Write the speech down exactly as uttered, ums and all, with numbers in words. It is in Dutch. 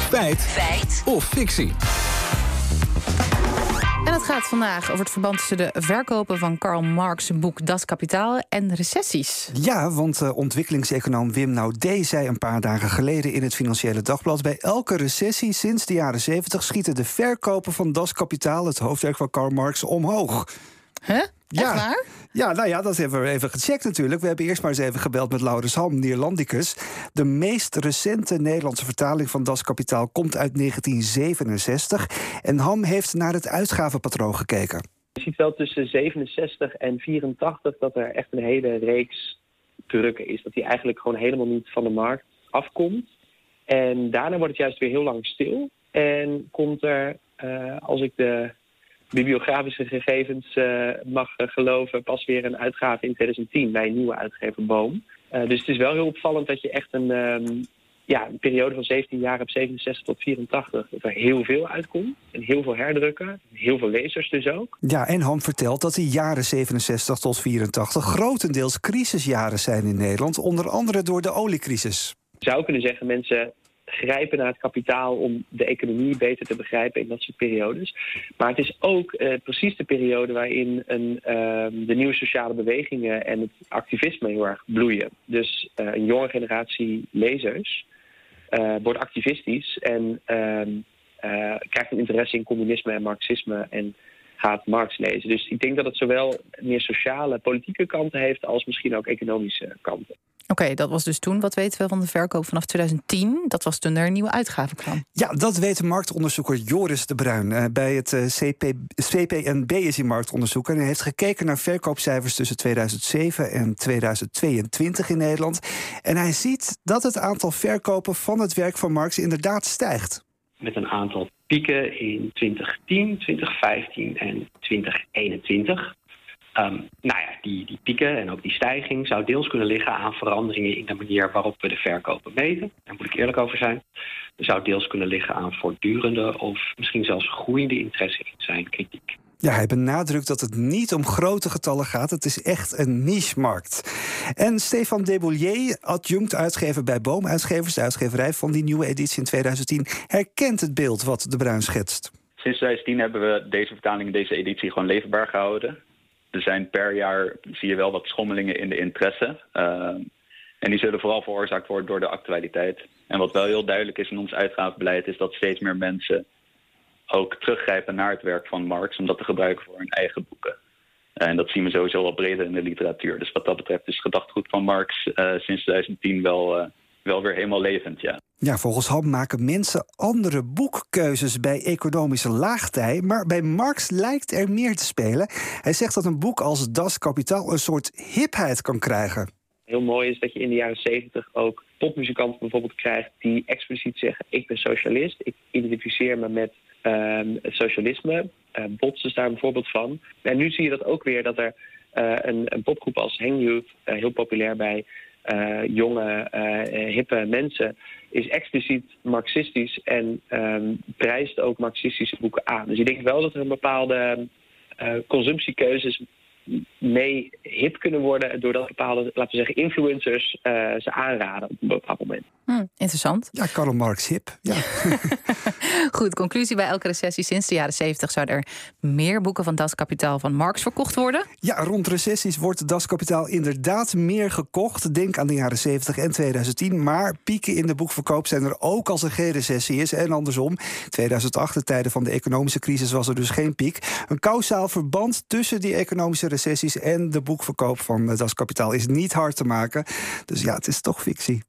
Feit. Feit. Of fictie. En het gaat vandaag over het verband tussen de verkopen van Karl Marx' boek Das Kapitaal en recessies. Ja, want uh, ontwikkelingseconoom Wim Naudet zei een paar dagen geleden in het Financiële Dagblad: bij elke recessie sinds de jaren zeventig schieten de verkopen van Das Kapitaal, het hoofdwerk van Karl Marx, omhoog. Huh? Ja. Echt waar? Ja, nou ja, dat hebben we even gecheckt natuurlijk. We hebben eerst maar eens even gebeld met Laurens Ham, Neerlandicus. De meest recente Nederlandse vertaling van Das Kapitaal komt uit negentien zevenenzestig. En Ham heeft naar het uitgavenpatroon gekeken. Je ziet wel tussen zevenenzestig en vierentachtig dat er echt een hele reeks drukken is. Dat die eigenlijk gewoon helemaal niet van de markt afkomt. En daarna wordt het juist weer heel lang stil. En komt er, uh, als ik de bibliografische gegevens uh, mag uh, geloven, pas weer een uitgave in twintig tien bij een nieuwe uitgever Boom. Uh, dus het is wel heel opvallend dat je echt een, um, ja, een periode van zeventien jaar hebt, zevenenzestig tot vierentachtig, dat er heel veel uitkomt. En heel veel herdrukken, heel veel lezers dus ook. Ja, en Ham vertelt dat de jaren zevenenzestig tot vierentachtig grotendeels crisisjaren zijn in Nederland, onder andere door de oliecrisis. Je zou kunnen zeggen, mensen grijpen naar het kapitaal om de economie beter te begrijpen in dat soort periodes. Maar het is ook uh, precies de periode waarin een, uh, de nieuwe sociale bewegingen en het activisme heel erg bloeien. Dus uh, een jonge generatie lezers uh, wordt activistisch en uh, uh, krijgt een interesse in communisme en marxisme en gaat Marx lezen. Dus ik denk dat het zowel meer sociale, politieke kanten heeft als misschien ook economische kanten. Oké, okay, dat was dus toen. Wat weten we van de verkoop vanaf twintig tien? Dat was toen er een nieuwe uitgave kwam. Ja, dat weet marktonderzoeker Joris de Bruin. Uh, bij het uh, C P, C P N B is hij marktonderzoeker en hij heeft gekeken naar verkoopcijfers tussen tweeduizend zeven en tweeduizend tweeëntwintig in Nederland. En hij ziet dat het aantal verkopen van het werk van Marx inderdaad stijgt. Met een aantal pieken in twintig tien, twintig vijftien en twintig eenentwintig. Um, nou ja, die, die pieken en ook die stijging zou deels kunnen liggen aan veranderingen in de manier waarop we de verkopen meten. Daar moet ik eerlijk over zijn. Er zou deels kunnen liggen aan voortdurende of misschien zelfs groeiende interesse in zijn kritiek. Ja, hij benadrukt dat het niet om grote getallen gaat. Het is echt een niche-markt. En Stefan Deboulier, adjunct uitgever bij Boom Uitgevers, de uitgeverij van die nieuwe editie in tweeduizend tien, herkent het beeld wat de Bruin schetst. Sinds twintig tien hebben we deze vertaling, deze editie gewoon leefbaar gehouden. Er zijn per jaar, zie je wel, wat schommelingen in de interesse. Uh, en die zullen vooral veroorzaakt worden door de actualiteit. En wat wel heel duidelijk is in ons uitgavenbeleid is dat steeds meer mensen ook teruggrijpen naar het werk van Marx om dat te gebruiken voor hun eigen boeken. En dat zien we sowieso wel breder in de literatuur. Dus wat dat betreft is het gedachtegoed van Marx uh, sinds twintig tien wel, uh, wel weer helemaal levend, ja. Ja, volgens Ham maken mensen andere boekkeuzes bij economische laagtij, maar bij Marx lijkt er meer te spelen. Hij zegt dat een boek als Das Kapitaal een soort hipheid kan krijgen. Heel mooi is dat je in de jaren zeventig ook popmuzikanten bijvoorbeeld krijgt die expliciet zeggen: ik ben socialist, ik identificeer me met um, het socialisme. Uh, Bots is daar een voorbeeld van. En nu zie je dat ook weer, dat er uh, een, een popgroep als Hang Youth, uh, heel populair bij Uh, jonge, uh, hippe mensen, is expliciet marxistisch en um, prijst ook marxistische boeken aan. Dus ik denk wel dat er een bepaalde uh, consumptiekeuzes mee hip kunnen worden doordat bepaalde, laten we zeggen, influencers uh, ze aanraden op een bepaald moment. Hmm, interessant. Ja, Karl Marx hip. Ja. Goed, conclusie: bij elke recessie sinds de jaren zeventig zouden er meer boeken van Das Kapitaal van Marx verkocht worden? Ja, rond recessies wordt Das Kapitaal inderdaad meer gekocht. Denk aan de jaren zeventig en tweeduizend tien. Maar pieken in de boekverkoop zijn er ook als er geen recessie is. En andersom. tweeduizend acht, de tijden van de economische crisis, was er dus geen piek. Een kausaal verband tussen die economische recessies en de boekverkoop van Das Kapitaal is niet hard te maken. Dus ja, het is toch fictie.